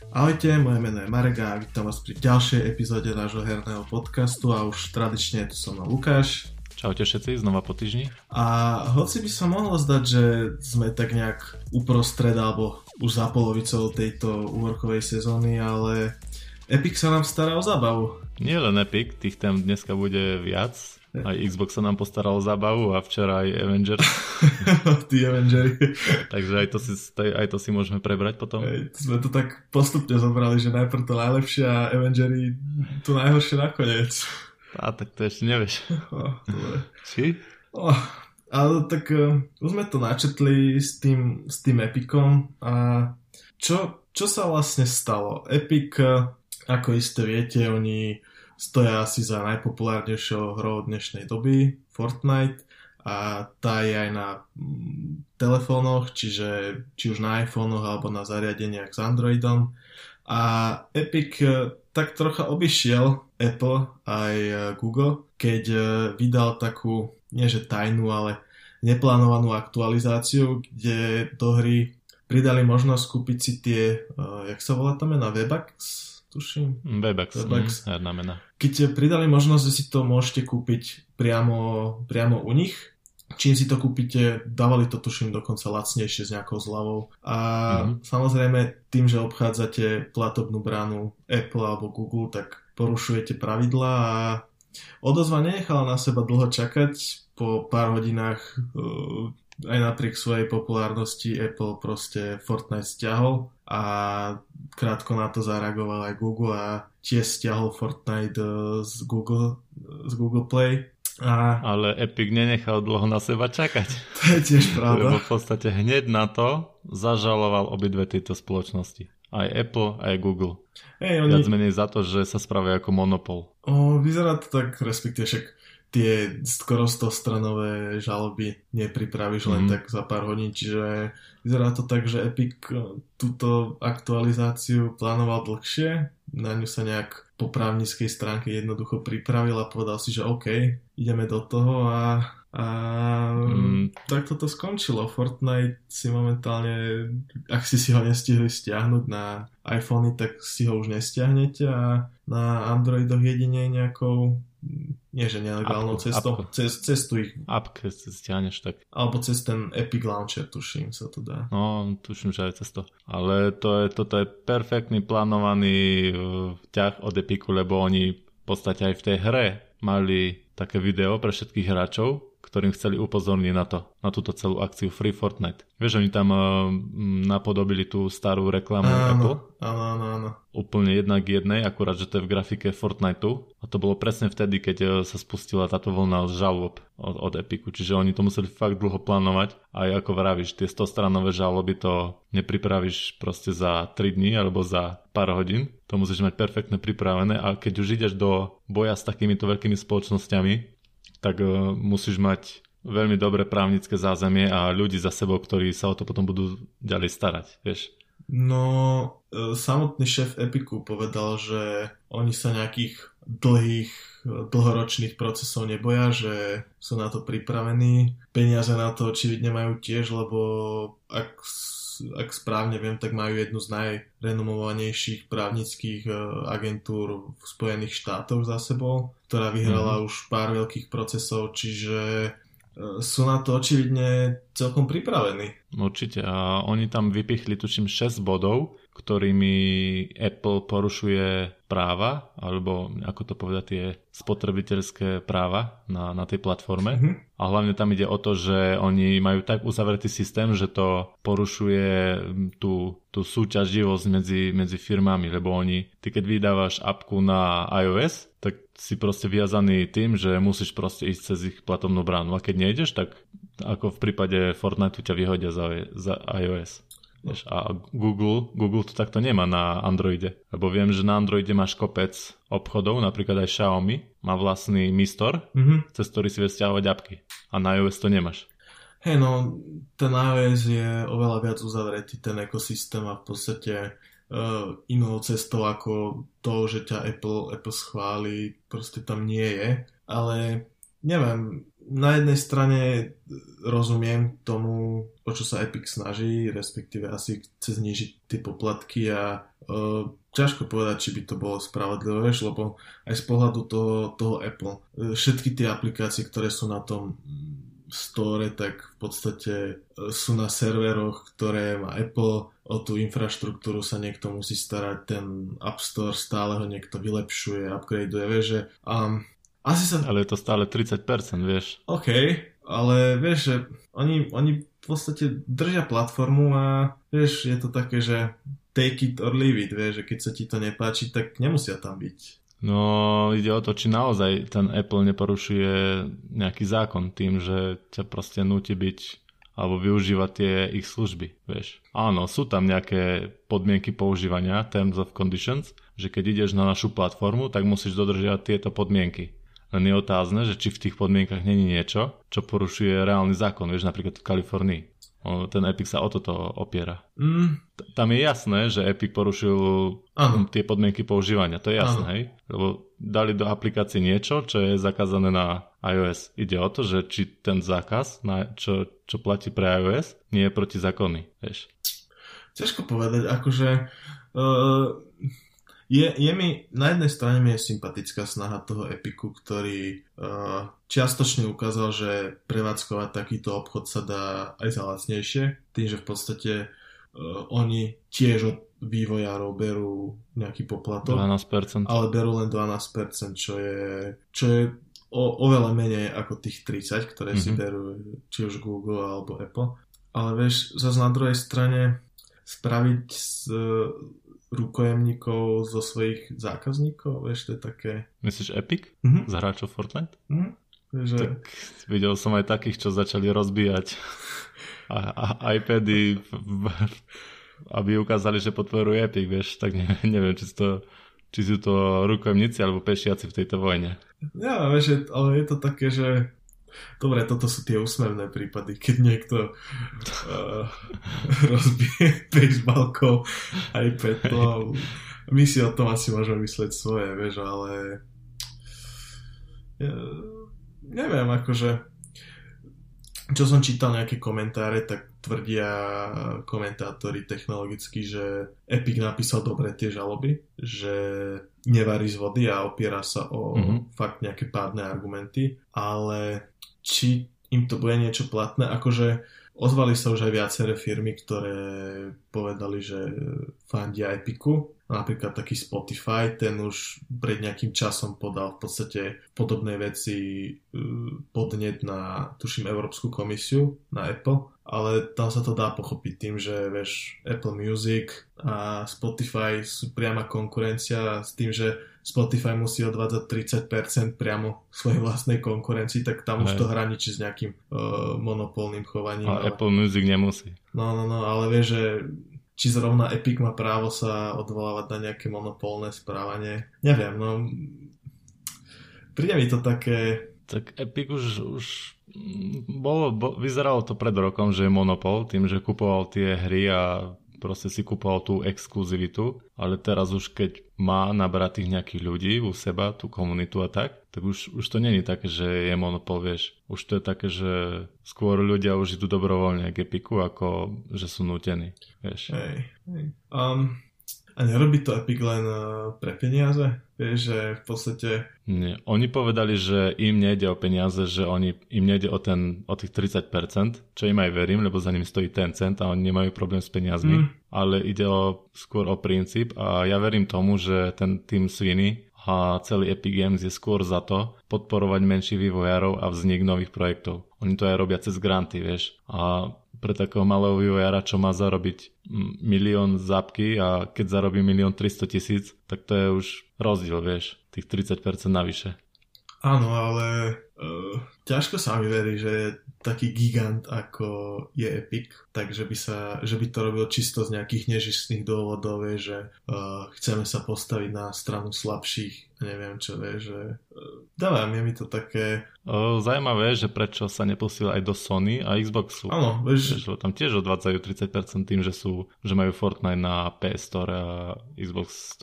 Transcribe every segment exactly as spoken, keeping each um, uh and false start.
Ahojte, moje meno je Marek a vítam vás pri ďalšej epizóde nášho herného podcastu a už tradične je tu so mnou Lukáš. Čaute všetci, znova po týždni. A hoci by sa mohlo zdať, že sme tak nejak uprostred alebo už za polovicou tejto úvorkovej sezóny, ale Epic sa nám stará o zábavu. Nie len Epic, tých tam dneska bude viac. Aj Xbox sa nám postaral o zábavu a včera aj Avengers. Tí Avengers. Takže aj to, si, aj to si môžeme prebrať potom. Ej, sme to tak postupne zobrali, že najprv to najlepšie a Avengers tu najhoršie nakoniec. A tak to ešte nevieš. Oh, Či? Oh, ale tak uh, už sme to načetli s tým, s tým Epicom a čo, čo sa vlastne stalo? Epic, uh, ako iste viete, oni stoja asi za najpopulárnejšou hrou dnešnej doby, Fortnite, a tá je aj na mm, telefónoch, čiže či už na iPhonech alebo na zariadeniach s Androidom. A Epic tak trocha obišiel Apple aj Google, keď vydal takú, nie že tajnú, ale neplánovanú aktualizáciu, kde do hry pridali možnosť kúpiť si tie, jak sa volá tam na Webax? Tuším. Webax, Webax. Mm, mena. Keď pridali možnosť, že si to môžete kúpiť priamo, priamo u nich, čím si to kúpite, dávali to tuším dokonca lacnejšie s nejakou zľavou. A mm-hmm. samozrejme tým, že obchádzate platobnú bránu Apple alebo Google, tak porušujete pravidlá a odozva nenechala na seba dlho čakať. Po pár hodinách aj napriek svojej populárnosti Apple proste Fortnite stiahol a krátko na to zareagoval aj Google a tiež stiahol Fortnite z Google, z Google Play. A... Ale Epic nenechal dlho na seba čakať. To je tiež pravda. Lebo v podstate hneď na to zažaloval obidve tieto spoločnosti. Aj Apple, aj Google. Hey, oni... Viac menej za to, že sa spravia ako monopol. O, vyzerá to tak, respektíve však tie skoro stostranové žaloby nepripravíš len mm. tak za pár hodín, čiže vyzerá to tak, že Epic túto aktualizáciu plánoval dlhšie, na ňu sa nejak po právnickej stránke jednoducho pripravil a povedal si, že OK, ideme do toho a, a mm. tak toto skončilo. Fortnite si momentálne, ak si si ho nestihli stiahnuť na iPhony, tak si ho už nestiahnete a na Androidoch jedine nejakou, nie že nelegálnou apku, cestou, apku. Cez, cestu ich. App, keď si stiahneš, tak. Alebo cez ten Epic Launcher, tuším, sa to dá. No, tuším, že aj cez to. Ale to je, toto je perfektný plánovaný vťah od Epicu, lebo oni v podstate aj v tej hre mali také video pre všetkých hráčov, ktorým chceli upozorniť na to, na túto celú akciu Free Fortnite. Vieš, oni tam uh, napodobili tú starú reklamu áno, Apple. Áno, áno, áno. Úplne jednak k jednej, akurát, že to je v grafike Fortniteu. A to bolo presne vtedy, keď uh, sa spustila táto vlna žalob od, od Epicu. Čiže oni to museli fakt dlho plánovať. A ako vravíš, tie stostranové žaloby to nepripravíš proste za tri dní alebo za pár hodín. To musíš mať perfektne pripravené. A keď už ideš do boja s takýmito veľkými spoločnosťami, tak uh, musíš mať veľmi dobré právnické zázemie a ľudí za sebou, ktorí sa o to potom budú ďalej starať, vieš. No, e, samotný šéf Epicu povedal, že oni sa nejakých dlhých, dlhoročných procesov neboja, že sú na to pripravení. Peniaze na to očividne majú tiež, lebo ak, ak správne viem, tak majú jednu z najrenomovanejších právnických agentúr v Spojených štátoch za sebou, ktorá vyhrala mm. už pár veľkých procesov, čiže sú na to očividne celkom pripravení. Určite. A oni tam vypichli tuším šesť bodov, ktorými Apple porušuje práva, alebo ako to povedať, tie spotrebiteľské práva na, na tej platforme. Mm-hmm. A hlavne tam ide o to, že oni majú tak uzavretý systém, že to porušuje tú, tú súťaživosť medzi, medzi firmami, lebo oni, ty keď vydávaš apku na iOS, tak si proste viazaný tým, že musíš proste ísť cez ich platobnú bránu. A keď nejdeš, tak ako v prípade Fortnite ťa vyhodia za, za iOS. A Google, Google to takto nemá na Androide. Lebo viem, že na Androide máš kopec obchodov, napríklad aj Xiaomi má vlastný Mi Store, mm-hmm. cez ktorý si vieš stiahovať apky. A na iOS to nemáš. Hej, no, ten iOS je oveľa viac uzavretý, ten ekosystém a v podstate uh, inou cestou ako to, že ťa Apple, Apple schváli, proste tam nie je. Ale neviem, na jednej strane rozumiem tomu, o čo sa Epic snaží, respektíve asi chce znížiť tie poplatky a uh, ťažko povedať, či by to bolo spravodlivé, vieš, lebo aj z pohľadu toho, toho Apple, všetky tie aplikácie, ktoré sú na tom store, tak v podstate sú na serveroch, ktoré má Apple, o tú infraštruktúru sa niekto musí starať, ten App Store stále ho niekto vylepšuje, upgradeuje, vieš, že um, asi sa... Ale je to stále tridsať percent, vieš. OK, ale vieš, že oni, oni v podstate držia platformu a vieš, je to také, že take it or leave it, vieš, že keď sa ti to nepáči, tak nemusia tam byť. No, ide o to, či naozaj ten Apple neporušuje nejaký zákon tým, že ťa proste núti byť alebo využívať tie ich služby, vieš. Áno, sú tam nejaké podmienky používania, terms of conditions, že keď ideš na našu platformu, tak musíš dodržiavať tieto podmienky. Len je otázne, že či v tých podmienkach není niečo, čo porušuje reálny zákon, vieš, napríklad v Kalifornii. O, ten Epic sa o toto opiera. Mm. Tam je jasné, že Epic porušil ano. tie podmienky používania. To je jasné, hej? Lebo dali do aplikácie niečo, čo je zakázané na iOS. Ide o to, že či ten zákaz, na, čo, čo platí pre iOS, nie je protizákonný, vieš. Ťažko povedať, akože uh, je, je mi, na jednej strane mi je sympatická snaha toho Epicu, ktorý uh, čiastočne ukázal, že prevádzkovať takýto obchod sa dá aj za lacnejšie, tým, že v podstate uh, oni tiež od vývojárov berú nejaký poplatok, dvanásť percent. Ale berú len dvanásť percent, čo je, čo je o, oveľa menej ako tých tridsať, ktoré mm-hmm. si berú či už Google alebo Apple. Ale vieš, zase na druhej strane spraviť z rukojemníkov zo svojich zákazníkov, vieš, to je také... Myslíš Epic? Mm-hmm. Z hráčov Fortnite? Mm-hmm. Že... Tak videl som aj takých, čo začali rozbíjať a, a, iPady, aby ukázali, že podporujú Epic, vieš, tak ne, neviem, či, to, či sú to rukojemníci alebo pešiaci v tejto vojne. Ja, vieš, ale je to také, že dobre, toto sú tie úsmevné prípady, keď niekto uh, rozbije bejsbalkou iPad, no, my si o tom asi môžeme myslieť svoje, vieš, ale ja, neviem, akože čo som čítal nejaké komentáre, tak tvrdia komentátori technologicky, že Epic napísal dobre tie žaloby, že nevarí z vody a opiera sa o mm-hmm. fakt nejaké pádne argumenty, ale či im to bude niečo platné, akože ozvali sa už aj viaceré firmy, ktoré povedali, že fandia Epicu. Napríklad taký Spotify, ten už pred nejakým časom podal v podstate podobné veci podnet na, tuším, Európsku komisiu, na Apple, ale tam sa to dá pochopiť tým, že vieš, Apple Music a Spotify sú priama konkurencia s tým, že Spotify musí odvádzať tridsať percent priamo svojej vlastnej konkurencii, tak tam už to hraničí s nejakým uh, monopolným chovaním. A ale... Apple Music nemusí. No, no, no, ale vieš, že či zrovna Epic má právo sa odvolávať na nejaké monopolné správanie. Neviem, no... Príde mi to také... Tak Epic už, už bolo, bo, vyzeralo to pred rokom, že je monopol, tým, že kupoval tie hry a proste si kupoval tú exkluzivitu, ale teraz už keď má nabrať tých nejakých ľudí u seba, tú komunitu a tak, tak už, už to není také, že je monopol, vieš. Už to je také, že skôr ľudia už idú dobrovoľne k Epicu, ako že sú nútení, vieš. Hej, hej. Um, a nerobí to Epic len uh, pre peniaze? Vieš, že v podstate... Nie. Oni povedali, že im nejde o peniaze, že oni, im nejde o, ten, o tých tridsať percent, čo im aj verím, lebo za ním stojí Tencent a oni nemajú problém s peniazmi, mm. ale ide o, skôr o princíp a ja verím tomu, že ten Tim Sweeney a celý Epic Games je skôr za to podporovať menších vývojárov a vznik nových projektov. Oni to aj robia cez granty, vieš. A pre takého malého vývojára, čo má zarobiť milión zápky a keď zarobí milión tristo tisíc, tak to je už rozdiel, vieš. Tých tridsať percent navyše. Áno, ale uh, ťažko sa mi verí, že je taký gigant ako je Epic, takže by sa, že by to robil čisto z nejakých nežistných dôvodov, vie, že uh, chceme sa postaviť na stranu slabších, neviem čo, vie, že uh, dávam, je mi to také... O, zaujímavé, že prečo sa nepustil aj do Sony a Xboxu. Áno, vieš... Vieš, tam tiež odvádzajú tridsať percent tým, že sú, že majú Fortnite na P S Store a Xbox Store.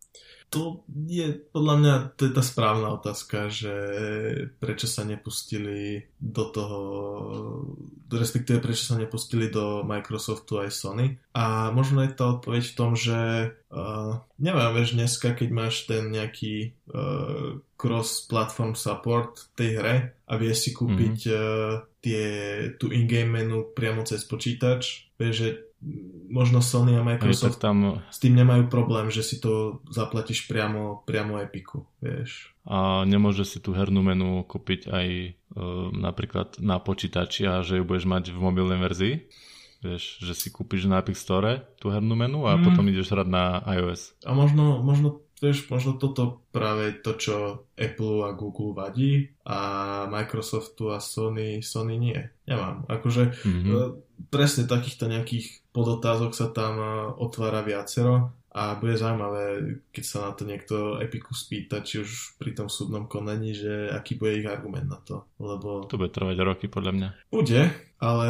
To je podľa mňa to je tá správna otázka, že prečo sa nepustili do toho, respektíve prečo sa nepustili do Microsoftu aj Sony. A možno je tá odpoveď v tom, že uh, neviem, vieš, dneska, keď máš ten nejaký uh, cross-platform support v tej hre a vieš si kúpiť mm-hmm. uh, tie, tú in-game menu priamo cez počítač, vieš, že možno Sony a Microsoft tam... s tým nemajú problém, že si to zaplatíš priamo, priamo Epiku, vieš. A nemôže si tú hernú menu kúpiť aj e, napríklad na počítači a že ju budeš mať v mobilnej verzii? Vieš, že si kúpiš na Epic Store tú hernú menu a mm. potom ideš hrať na iOS. A možno, možno, vieš, možno toto práve to, čo Apple a Google vadí a Microsoftu a Sony, Sony nie. Nemám. Akože mm-hmm. presne takýchto nejakých podotázok sa tam otvára viacero a bude zaujímavé, keď sa na to niekto Epiku spýta, či už pri tom súdnom konaní, že aký bude ich argument na to. Lebo... To bude trvať roky, podľa mňa. Bude, ale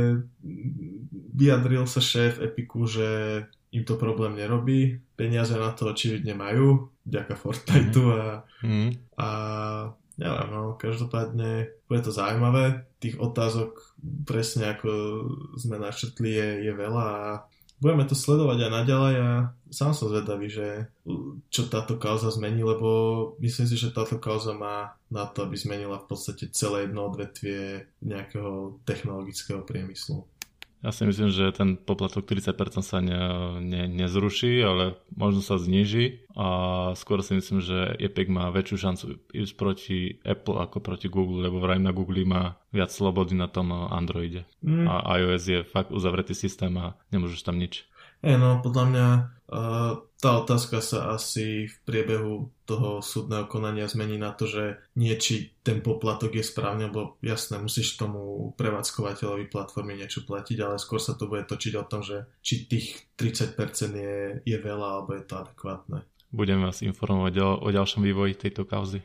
vyjadril sa šéf Epiku, že im to problém nerobí, peniaze na to očividne majú, vďaka Fortniteu a, mm. a neviem, no, každopádne bude to zaujímavé. Tých otázok presne ako sme načrtli je, je veľa a budeme to sledovať aj naďalej a sám som zvedavý, že čo táto kauza zmení, lebo myslím si, že táto kauza má na to, aby zmenila v podstate celé jedno odvetvie nejakého technologického priemyslu. Ja si myslím, že ten poplatok tridsať percent sa ne, ne, nezruší, ale možno sa zníži a skôr si myslím, že Epic má väčšiu šancu ísť proti Apple ako proti Google, lebo vraj na Google má viac slobody na tom Androide. Mm. A iOS je fakt uzavretý systém a nemôžeš tam nič. Hey, no, podľa mňa uh, tá otázka sa asi v priebehu toho súdneho konania zmení na to, že nie či ten poplatok je správne, lebo jasné, musíš tomu prevádzkovateľovi platformy niečo platiť, ale skôr sa to bude točiť o tom, že či tých tridsať percent je, je veľa, alebo je to adekvátne. Budem vás informovať o, o ďalšom vývoji tejto kauzy.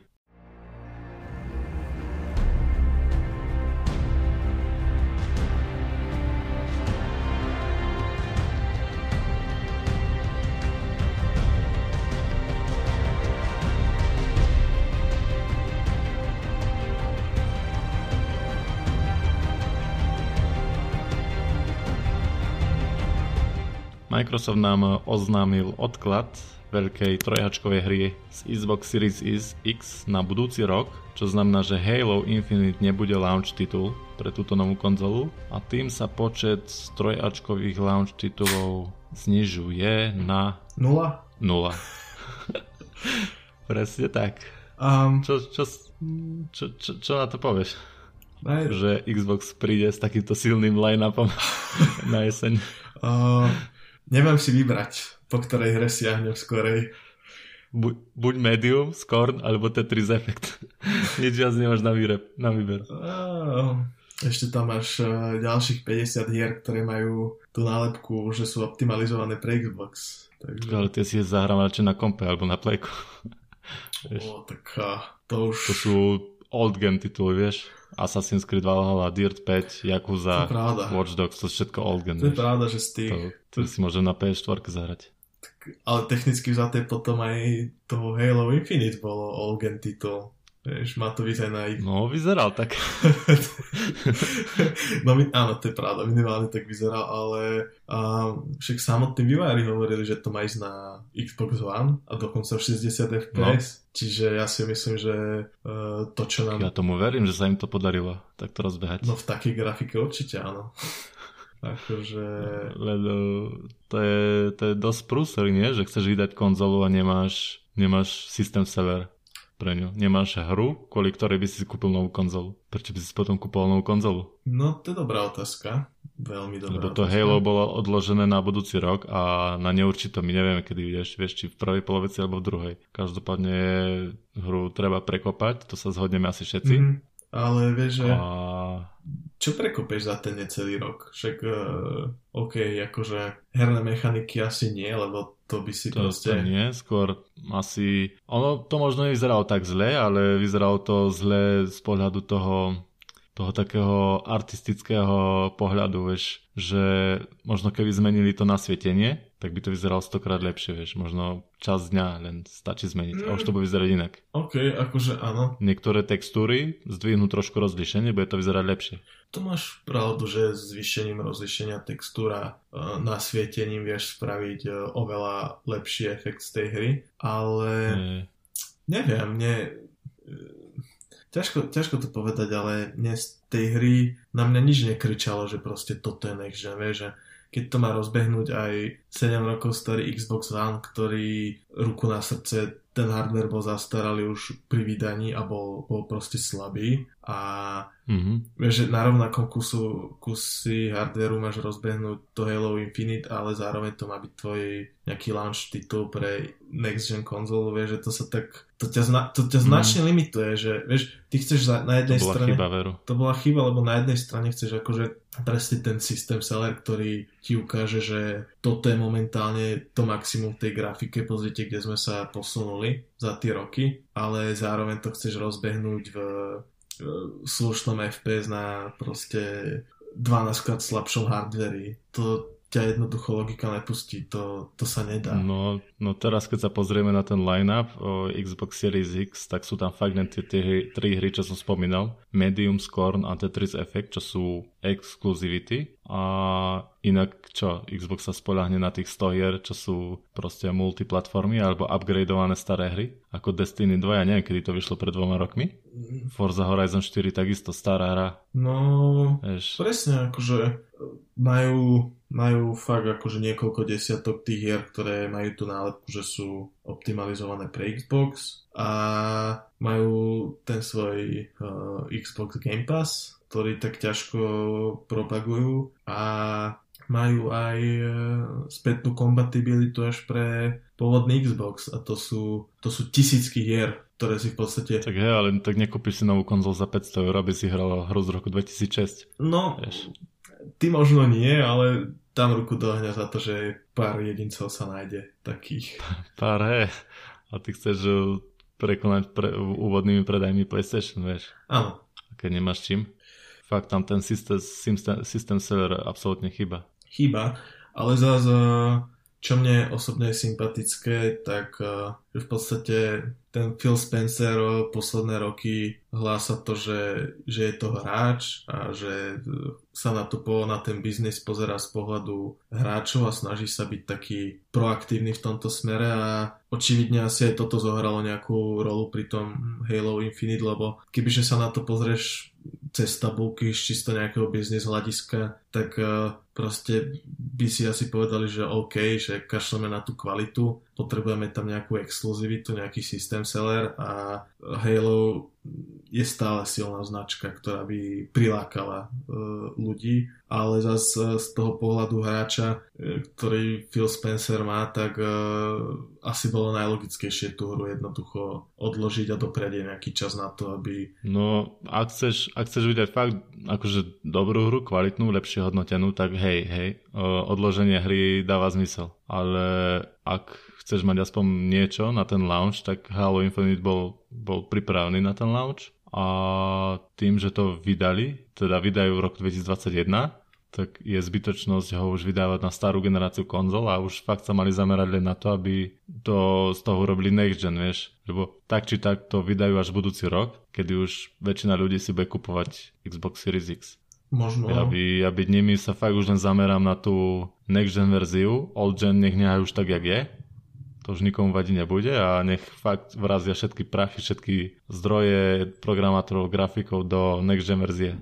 Microsoft nám oznámil odklad veľkej trojačkovej hry z Xbox Series X na budúci rok, čo znamená, že Halo Infinite nebude launch titul pre túto novú konzolu a tým sa počet trojačkových launch titulov znižuje na nula. Nula. Presne tak. Um, čo, čo, čo, čo, čo na to povieš? Aj... Že Xbox príde s takýmto silným line-upom na jeseň? Uh... Neviem si vybrať, po ktorej hre siahnem skorej. Bu- buď Medium, Scorn, alebo Tetris Effect. Nič viac nemáš na, výre, na výber. Uh, ešte tam máš uh, ďalších päťdesiat hier, ktoré majú tú nálepku, že sú optimalizované pre Xbox. Takže... Ale tie si je zahrám radšej na kompe alebo na Playku. O, tak uh, to už... To sú old gen tituly, vieš. Assassin's Creed Valhalla, Dirt päť, Yakuza, Watch Dogs, to všetko old gen. To je pravda, že z tých... To, to si môžem na pé es štyri zahrať. Tak, ale technicky vzaté potom aj toho Halo Infinite bolo old gen titul. Vieš, má to vyzerať na ich... No, vyzeral tak. no, my, áno, to je pravda, minimálne tak vyzeral, ale um, však samotní vývojári hovorili, že to má ísť na Xbox One a dokonca v šesťdesiat ef pé es. No. Čiže ja si myslím, že uh, to, čo nám... Ja tomu verím, že sa im to podarilo takto rozbehať. No v takej grafike určite áno. Akože... Lebo to je, to je dosť prúser, nie? Že chceš vydať konzolu a nemáš, nemáš systém seller pre ňu. Nemáš hru, kvôli ktorej by si kúpil novú konzolu. Prečo by si potom kúpil novú konzolu? No, to je dobrá otázka. Veľmi dobrá Lebo to otázka. Halo bolo odložené na budúci rok a na neurčito my nevieme, kedy vieš, vieš, či v prvej polovici alebo v druhej. Každopádne hru treba prekopať, to sa zhodneme asi všetci. Mm, ale vieš, že... A... Čo prekopeš za ten necelý rok? Však, uh, OK, akože herné mechaniky asi nie, lebo to by si to, proste... To nie, skôr asi... Ono to možno nevyzeralo tak zle, ale vyzeralo to zle z pohľadu toho, toho takého artistického pohľadu, vieš, že možno keby zmenili to nasvietenie, tak by to vyzeralo stokrát lepšie, vieš. Možno čas dňa len stačí zmeniť a už to bude vyzerať inak. OK, akože áno. Niektoré textúry zdvihnú trošku rozlišenie, bude to vyzerať lepšie. To máš pravdu, že zvýšením rozlišenia textúra nasvietením vieš spraviť oveľa lepší efekt z tej hry, ale Nie. neviem, mne ťažko, ťažko to povedať, ale mne z tej hry na mňa nič nekričalo, že proste toto je next gen, vieš, že keď to má rozbehnúť aj sedem rokov starý Xbox One, ktorý ruku na srdce, ten hardware bol zastaralý už pri vydaní a bol, bol proste slabý a mm-hmm. vieš, že na rovnakom kusu, kusy hardwareu máš rozbehnúť to Halo Infinite, ale zároveň to má byť tvoj nejaký launch titul pre next gen konzolu, vieš, že to sa tak to ťa, zna, to ťa značne mm. limituje, že vieš, ty chceš za, na jednej to bola strane chyba, veru. To bola chyba, lebo na jednej strane chceš akože presne ten systém seller, ktorý ti ukáže, že toto je momentálne to maximum tej grafike, pozrite, kde sme sa posunuli za tie roky, ale zároveň to chceš rozbehnúť v slušnom ef pé es na proste dvanásťkrát slabšom hardveri. To ťa jednoducho logika nepustí, to, to sa nedá. No, no teraz keď sa pozrieme na ten line-up o Xbox Series X, tak sú tam fakt len tie, tie tri hry, čo som spomínal. Medium, Scorn a Tetris Effect, čo sú exclusivity. A inak čo, Xbox sa spoľahne na tých sto hier, čo sú proste multiplatformy alebo upgradeované staré hry, ako Destiny dva, ja neviem, kedy to vyšlo pred dvoma rokmi. Forza Horizon štyri, takisto stará hra. No, Eš. presne, akože majú, majú fakt akože niekoľko desiatok tých hier, ktoré majú tú nálepku, že sú optimalizované pre Xbox a majú ten svoj uh, Xbox Game Pass, ktorý tak ťažko propagujú a majú aj uh, spätnú kompatibilitu až pre pôvodný Xbox a to sú, to sú tisícky hier, ktoré si v podstate... Tak hej, ale tak nekúpiš si novú konzol za päťsto eur, aby si hral hru z roku dvetisícšesť. No, Vieš. Ty možno nie, ale dám ruku do ohňa za to, že pár jedincov sa nájde takých. Pár, hej. A ty chceš prekonať pre, úvodnými predajmi PlayStation, vieš? Áno. A keď nemáš čím? Fakt tam ten systém, systém seller absolútne chýba. Chýba, ale zase čo mne osobne je sympatické, tak že v podstate ten Phil Spencer posledné roky hlása to, že, že je to hráč a že sa na to na ten biznis pozerá z pohľadu hráčov a snaží sa byť taký proaktívny v tomto smere a očividne asi aj toto zohralo nejakú rolu pri tom Halo Infinite, lebo kebyže sa na to pozrieš cez tabulky z čisto nejakého biznis hľadiska, tak proste by si asi povedali, že OK, že kašleme na tú kvalitu, potrebujeme tam nejakú exkluzivitu, nejaký systém seller a Halo je stále silná značka, ktorá by prilákala uh, ľudí, ale zase z toho pohľadu hráča, ktorý Phil Spencer má, tak uh, asi bolo najlogickejšie tú hru jednoducho odložiť a dopriať nejaký čas na to, aby... No, ak chceš, ak chceš vidieť fakt akože dobrú hru, kvalitnú, lepšie hodnotenú, tak hej, hej, uh, odloženie hry dáva zmysel, ale ak chceš mať aspoň niečo na ten launch, tak Halo Infinite bol, bol pripravený na ten launch a tým, že to vydali, teda vydajú v roku dvetisícdvadsaťjeden, tak je zbytočnosť ho už vydávať na starú generáciu konzol a už fakt sa mali zamerať len na to, aby to z toho urobili next gen, vieš. Lebo tak či tak to vydajú až budúci rok, kedy už väčšina ľudí si bude kupovať Xbox Series X. Možno. Ja by, ja byť nimi sa fakt už len zamerám na tú next gen verziu, old gen nech nehajú už tak, jak je. To už nikomu vadí nebude a nech fakt vrazia všetky prachy, všetky zdroje programátorov, grafikov do next gen verzie.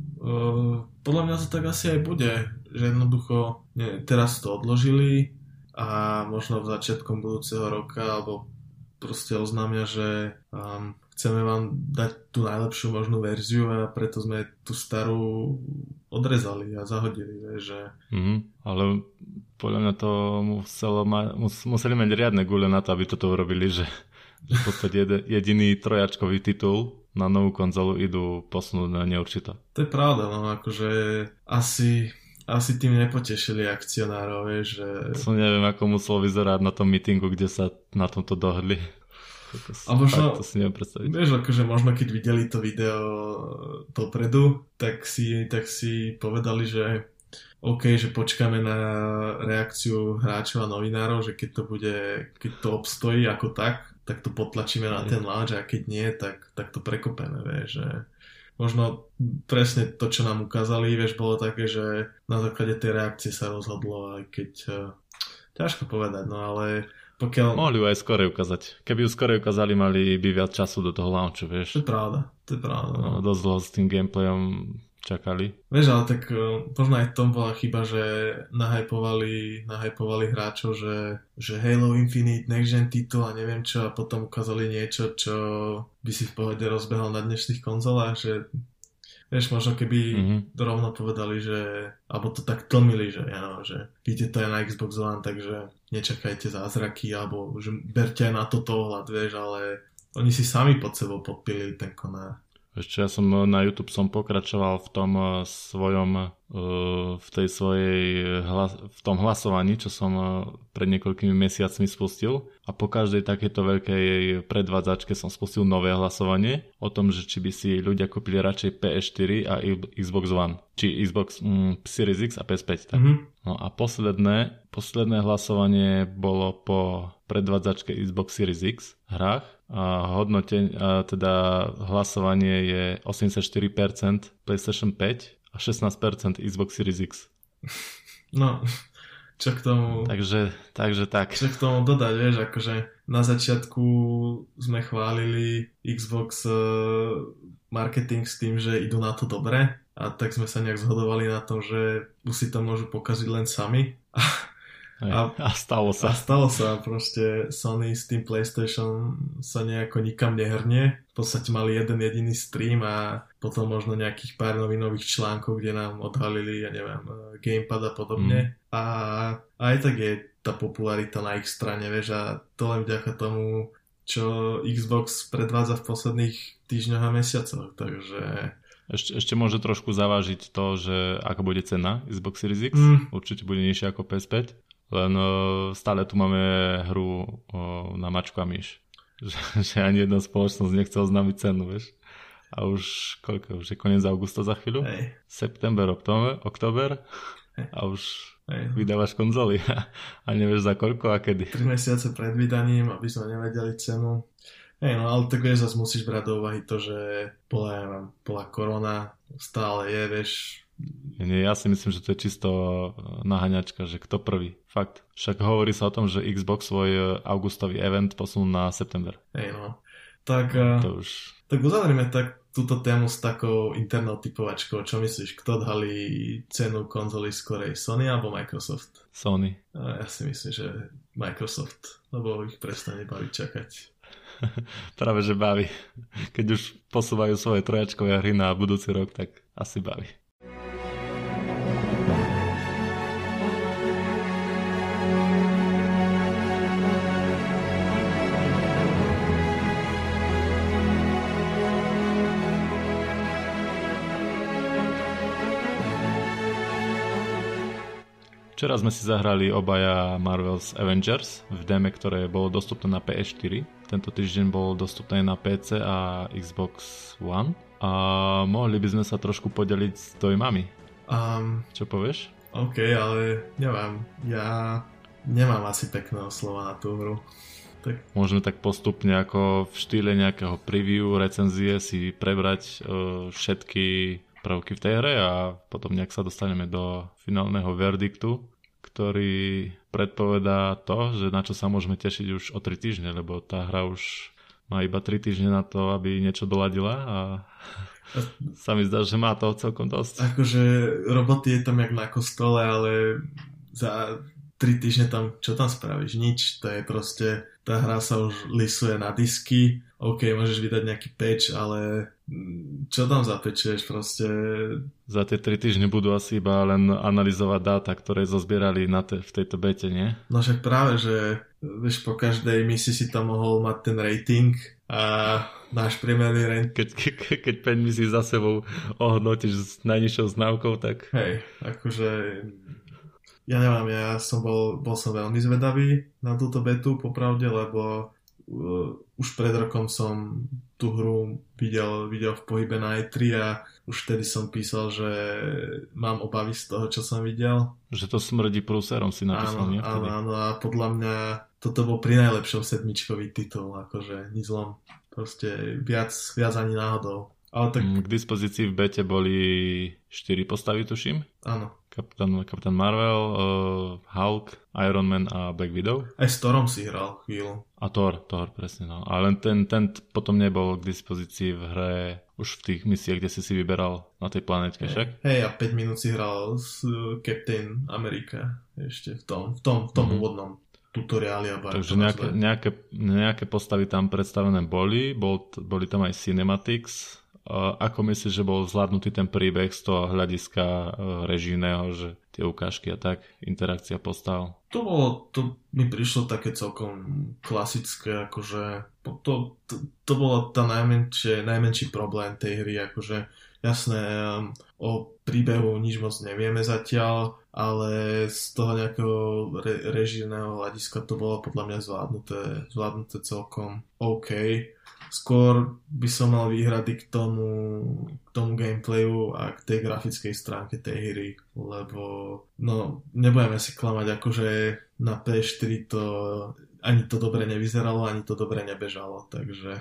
Uh, podľa mňa to tak asi aj bude, že jednoducho nie, teraz to odložili a možno v začiatkom budúceho roka alebo proste oznámia, že um, chceme vám dať tú najlepšiu možnú verziu a preto sme tú starú odrezali a zahodili, že... Mm-hmm, ale podľa mňa to muselo ma, mus, museli mať riadne gule na to, aby toto urobili, že, že v podstate jed, jediný trojačkový titul na novú konzolu idú posunúť na neurčito. To je pravda, no akože asi, asi tým nepotešili akcionárov, vieš, že... Som neviem, ako muselo vyzerať na tom meetingu, kde sa na tomto dohodli. A možno, to si neviem predstaviť. Vieš, akože možno keď videli to video dopredu, tak si, tak si povedali, že OK, že počkáme na reakciu hráčov a novinárov, že keď to bude, keď to obstojí ako tak, tak to potlačíme na ten launch a keď nie, tak, tak to prekopeme, vieš, že možno presne to, čo nám ukázali, vieš, bolo také, že na základe tej reakcie sa rozhodlo, aj keď uh, ťažko povedať, no ale pokiaľ... Mohli ju aj skore ukázať. Keby ju skore ukázali, mali by viac času do toho launchu, vieš. To je pravda, to je pravda. No. No, dosť dlho s tým gameplayom čakali. Vieš, ale tak uh, možno aj v tom bola chyba, že nahypovali, nahypovali hráčov, že, že Halo Infinite, Next Gen titul a neviem čo a potom ukázali niečo, čo by si v pohode rozbehol na dnešných konzolách, že vieš, možno keby mm-hmm. rovno povedali, že alebo to tak tlmili, že ja že vidíte to aj na Xbox One, takže nečakajte zázraky, alebo že berte aj na toto ohľad, vieš, ale oni si sami pod sebou podpílili ten konár. Ešte ja som na YouTube som pokračoval v tom svojom, v tej svojej, v tom hlasovaní, čo som pred niekoľkými mesiacmi spustil a po každej takejto veľkej predvádzačke som spustil nové hlasovanie o tom, že či by si ľudia kúpili radšej pé es štyri a Xbox One, či Xbox mm, Series X a pé es päť. Tak. Mm-hmm. No a posledné, posledné hlasovanie bolo po predvádzačke Xbox Series X hrách a hodnoteň, a teda hlasovanie je osemdesiatštyri percent PlayStation päť a šestnásť percent Xbox Series X. No, čo k tomu... Takže, takže tak. Čo k tomu dodať, vieš, akože na začiatku sme chválili Xbox marketing s tým, že idú na to dobre a tak sme sa nejak zhodovali na tom, že už si to môžu pokaziť len sami. A, a stalo sa. A stalo sa. Proste Sony s tým PlayStation sa nejako nikam nehrnie. V podstate mali jeden jediný stream a potom možno nejakých pár novinových článkov, kde nám odhalili, ja neviem, gamepad a podobne. Mm. A aj tak je tá popularita na ich strane, vieš, a to len vďaka tomu, čo Xbox predvádza v posledných týždňoch a mesiacoch, takže... Ešte, ešte môže trošku zavážiť to, že ako bude cena Xbox Series X, mm. určite bude nižšia ako pé es päť. Len uh, stále tu máme hru uh, na mačku a myš. Že, že ani jedna spoločnosť nechce oznámiť cenu, vieš. A už koľko? Už je koniec augusta za chvíľu? Hej. September, október, október a už Hej. vydávaš konzoly a nevieš za koľko a kedy. tri mesiace pred vydaním, aby sme nevedeli cenu. Hej, no ale tak vieš, zase musíš brať do úvahy to, že bola, ja neviem, bola korona, stále je, vieš. Nie, ja si myslím, že to je čisto naháňačka, že kto prvý. Fakt. Však hovorí sa o tom, že Xbox svoj augustový event posunul na september. Hej, no. Tak, to už... tak uzavrieme tak túto tému s takou internou typovačkou. Čo myslíš, kto odhalí cenu konzoly skorej? Sony alebo Microsoft? Sony. Ja si myslím, že Microsoft, lebo ich prestane baviť čakať. Práve, že baví. Keď už posúvajú svoje trojačkové hry na budúci rok, tak asi baví. Včera sme si zahrali obaja Marvel's Avengers v déme, ktoré bolo dostupné na pé es štyri. Tento týždeň bolo dostupné na pé cé a Xbox One. A mohli by sme sa trošku podeliť s dojmami. Um, Čo povieš? OK, ale neviem. Ja nemám asi pekného slova na tú hru. Tak... Môžeme tak postupne ako v štýle nejakého preview, recenzie si prebrať uh, všetky prvky v tej hre a potom nejak sa dostaneme do finálneho verdiktu, ktorý predpovedá to, že na čo sa môžeme tešiť už o tri týždne, lebo tá hra už má iba tri týždne na to, aby niečo doladila a sa mi zdá, že má toho celkom dosť. Akože roboty je tam jak na kostole, ale za tri týždne tam, čo tam spravíš? Nič, to je proste, tá hra sa už lisuje na disky, OK, môžeš vydať nejaký patch, ale čo tam zapečieš proste? Za tie tri týždne budú asi iba len analyzovať dáta, ktoré zozbierali na te, v tejto bete, nie? No však práve, že vieš, po každej misii si tam mohol mať ten rating a náš priemerný rating. Keď, ke, keď päť misí za sebou ohodnotíš s najnižšou znávkou, tak... Hej, akože... Ja neviem, ja som bol, bol som veľmi zvedavý na túto betu, popravde, lebo uh, už pred rokom som tú hru videl, videl v pohybe na E tri a už vtedy som písal, že mám obavy z toho, čo som videl. Že to smrdí prúserom si napísal, áno, nie? Áno, áno, a podľa mňa toto bol pri najlepšom sedmičkový titul, akože nič zlom. Proste viac, viac ani náhodou. Ale tak... K dispozícii v bete boli štyri postavy, tuším. Áno. Kapitán, Kapitán Marvel, uh, Hulk, Iron Man a Black Widow. Aj s Thorom si hral chvíľu. A Thor, Thor, presne, no. Ale ten, ten potom nebol k dispozícii v hre už v tých misiách, kde si si vyberal na tej planetke, však? Hej, a päť minút si hral s Captain America ešte v tom, v tom, v tom mm-hmm. úvodnom tutoriáli. Takže nejaké, nejaké, nejaké postavy tam predstavené boli, bol, boli tam aj cinematics. Uh, ako myslíš, že bol zvládnutý ten príbeh z toho hľadiska uh, režijného, že tie ukážky a tak, interakcia postav? To bolo, to mi prišlo také celkom klasické, akože to, to, to bolo tá najmenšie, najmenší problém tej hry, akože jasné, um, o príbehu nič moc nevieme zatiaľ, ale z toho nejakého re, režijného hľadiska to bolo podľa mňa zvládnuté, zvládnuté celkom OK. Skôr by som mal výhrady k tomu, k tomu gameplayu a k tej grafickej stránke tej hry, lebo no, nebudeme si klamať, akože na pé štyri to ani to dobre nevyzeralo, ani to dobre nebežalo, takže...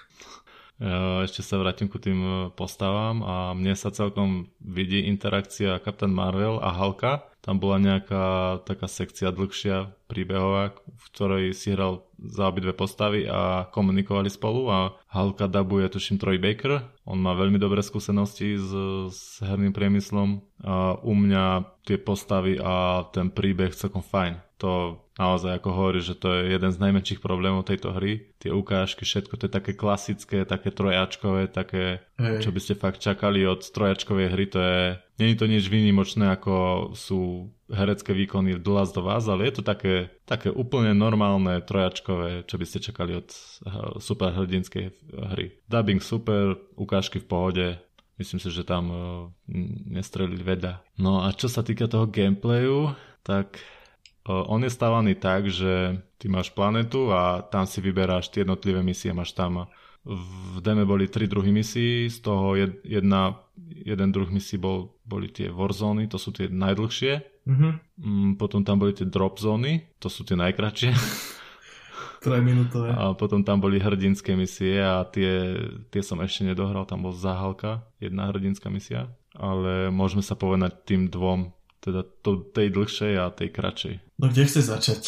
Ešte sa vrátim ku tým postavám a mne sa celkom vidí interakcia Kapitán Marvel a Hulka. Tam bola nejaká taká sekcia dlhšia príbehová, v ktorej si hral za obidve postavy a komunikovali spolu a Hulka dabuje, tuším, Troy Baker. On má veľmi dobré skúsenosti s, s herným priemyslom. A u mňa tie postavy a ten príbeh celkom fajn. To naozaj, ako hovorí, že to je jeden z najmenších problémov tejto hry. Tie ukážky, všetko to je také klasické, také trojačkové, také, hey. Čo by ste fakt čakali od trojačkovej hry, to je... Nie je to nič výnimočné, ako sú herecké výkony v The Last of Us, ale je to také, také úplne normálne trojačkové, čo by ste čakali od superhrdinskej hry. Dubbing super, ukážky v pohode, myslím si, že tam uh, nestrelili veda. No a čo sa týka toho gameplayu, tak uh, on je stávaný tak, že ty máš planetu a tam si vyberáš tie jednotlivé misie, máš tam v deme boli tri druhy misií, z toho jedna, jeden druh misií bol, boli tie warzóny, to sú tie najdlhšie. Mm-hmm. Potom tam boli tie drop zóny, to sú tie najkratšie. trojminútové. A potom tam boli hrdinské misie a tie, tie som ešte nedohral, tam bol Záhalka, jedna hrdinská misia. Ale môžeme sa povedať tým dvom, teda to, tej dlhšej a tej kratšej. No kde chceš začať?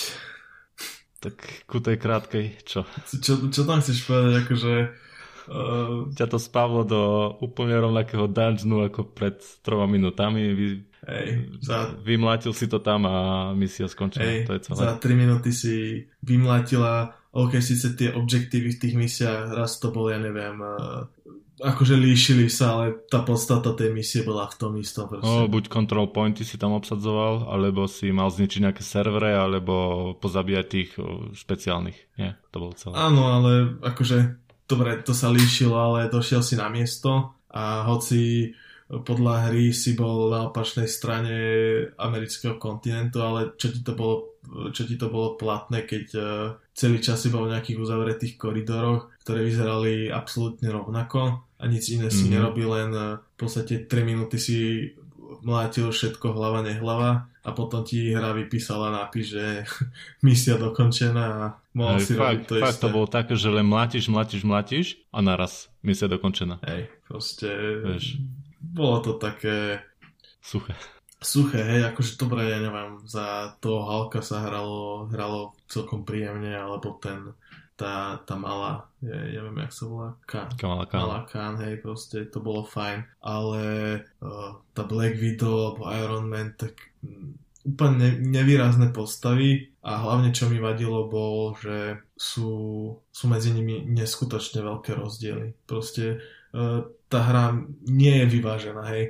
Tak ku tej krátkej, čo? Čo, čo tam chceš povedať, akože... Uh... Ťa to spávlo do úplne rovnakého dungeonu ako pred troma minútami. Vy, Hej, za... Vymlátil si to tam a misia skončila. Hej, to je celé. Za tri minúty si vymlátila, ok, síce tie objektívy v tých misiách, raz to bol, ja neviem... Uh... akože líšili sa, ale tá podstata tej misie bola v tom istom. No, buď control pointy si tam obsadzoval, alebo si mal zničiť nejaké servery, alebo pozabíjať tých špeciálnych. Nie, to bolo celé. Áno, ale akože, dobre, to sa líšilo, ale došiel si na miesto a hoci podľa hry si bol na opačnej strane amerického kontinentu, ale čo ti to bolo, čo ti to bolo platné, keď celý čas si bol v nejakých uzavretých koridoroch, ktoré vyzerali absolútne rovnako a nic iné si mm-hmm. nerobil, len v podstate tri minúty si mlátil všetko hlava nehlava a potom ti hra vypísala nápis, že misia dokončená a mohol Hej, si fakt, robiť to fakt isté. To bolo také, že len mlátiš, mlátiš, mlátiš a naraz misia dokončená. Hej, proste Vieš. Bolo to také suché. Suché, hej, akože dobre, ja neviem, za toho Hulka sa hralo, hralo celkom príjemne, alebo ten, tá, tá malá, ja neviem, jak sa volá, Khan. Kamala Khan. Malá Khan, hej, proste, to bolo fajn, ale uh, tá Black Widow alebo Iron Man, tak um, úplne nevýrazné postavy a hlavne čo mi vadilo bol, že sú, sú medzi nimi neskutočne veľké rozdiely. Proste uh, tá hra nie je vyvážená, hej.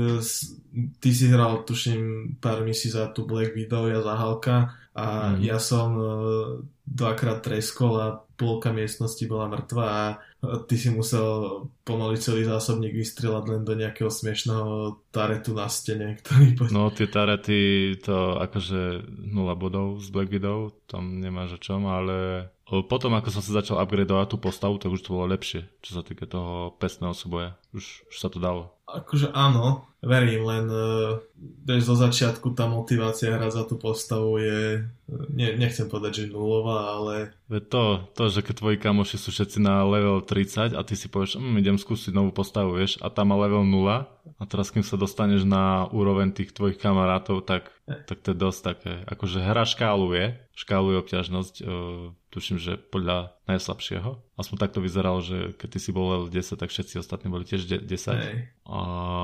Ty si hral, tuším, pár misí za tú Black Widow, ja za Hulka a mm. ja som dvakrát treskol a polka miestnosti bola mŕtva a ty si musel pomaly celý zásobník vystrieľať len do nejakého smiešného taretu na stene, ktorý... Po... No tie tarety, to akože nula bodov z Black Widow, tam nemáš o čom, ale Potom, ako som sa začal upgradovať tú postavu, tak už to bolo lepšie, čo sa týka toho pestného súboja. Už, už sa to dalo. Akože áno, verím, len uh, zo začiatku tá motivácia hrať za tú postavu je, ne, nechcem povedať, že nulová, ale... To, to, že keď tvoji kamoši sú všetci na level tridsať a ty si povieš, hm, idem skúsiť novú postavu, vieš, a tam má level nula a teraz kým sa dostaneš na úroveň tých tvojich kamarátov, tak, tak to je dosť také, akože hra škáluje, škáluje obťažnosť, uh, tuším, že podľa najslabšieho. Aspoň takto vyzeralo, že keď ty si bol level desať, tak všetci ostatní boli tiež desať. Hej. A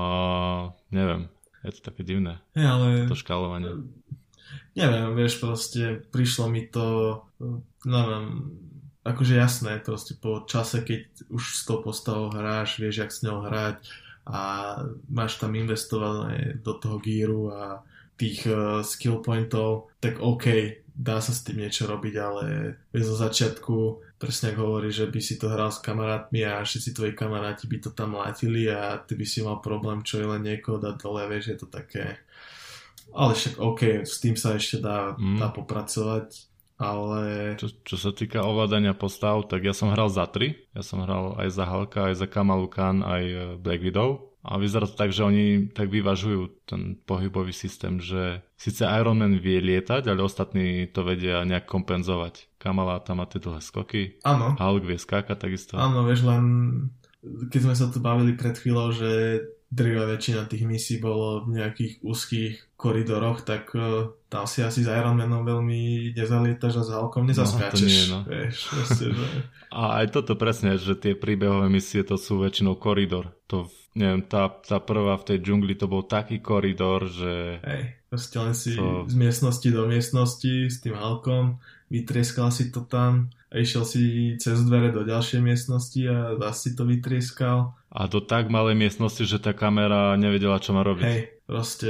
neviem, je to také divné. Hey, ale... To škálovanie. Neviem, vieš, proste prišlo mi to, neviem, akože jasné, proste po čase, keď už s tou postavou hráš, vieš, jak s ňou hrať a máš tam investované do toho gíru a tých uh, skill pointov, tak OK, dá sa s tým niečo robiť, ale vieš, zo začiatku presne ako hovorí, že by si to hral s kamarátmi a všetci tvoji kamaráti by to tam látili a ty by si mal problém, čo je len niekoho dať dole, vieš, je to také... Ale však OK, s tým sa ešte dá, mm. dá popracovať, ale... Čo, čo sa týka ovládania postav, tak ja som hral za tri. Ja som hral aj za Hulka, aj za Kamalu Khan, aj Black Widow. A vyzerá to tak, že oni tak vyvažujú ten pohybový systém, že síce Iron Man vie lietať, ale ostatní to vedia nejak kompenzovať. Kamala tam má tie dlhé skoky. Áno. Hulk vie skákať takisto. Áno, vieš, len keď sme sa tu bavili pred chvíľou, že drvivá väčšina tých misií bolo v nejakých úzkých koridoroch, tak uh, tam si asi s Iron Manom veľmi nezalietaš a s Hulkom nezaskáčeš. No, nie, no. Vieš, proste, že... A aj toto presne, že tie príbehové misie to sú väčšinou koridor. To, neviem, tá, tá prvá v tej džungli to bol taký koridor, že... Hej, proste len si to... z miestnosti do miestnosti s tým Hulkom, vytrieskal si to tam a išiel si cez dvere do ďalšej miestnosti a zase si to vytrieskal. A do tak malej miestnosti, že tá kamera nevedela, čo má robiť. Hej, proste